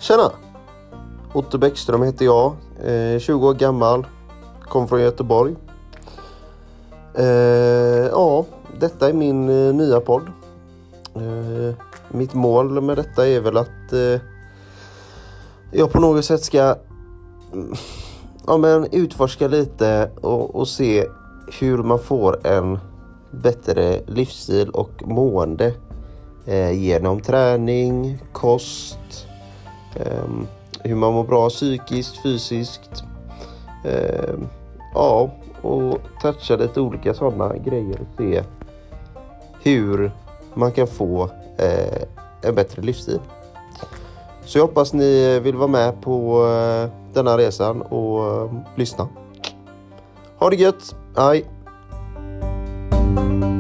Tjena! Otto Bäckström heter jag, 20 år gammal, kom från Göteborg. Detta är min nya podd. Mitt mål med detta är väl att jag på något sätt ska utforska lite och se hur man får en bättre livsstil och mående genom träning, kost, hur man mår bra psykiskt, fysiskt, och toucha lite olika sådana grejer och se hur man kan få en bättre livsstil. Så jag hoppas ni vill vara med på denna resan och lyssna. Ha det gött, hej!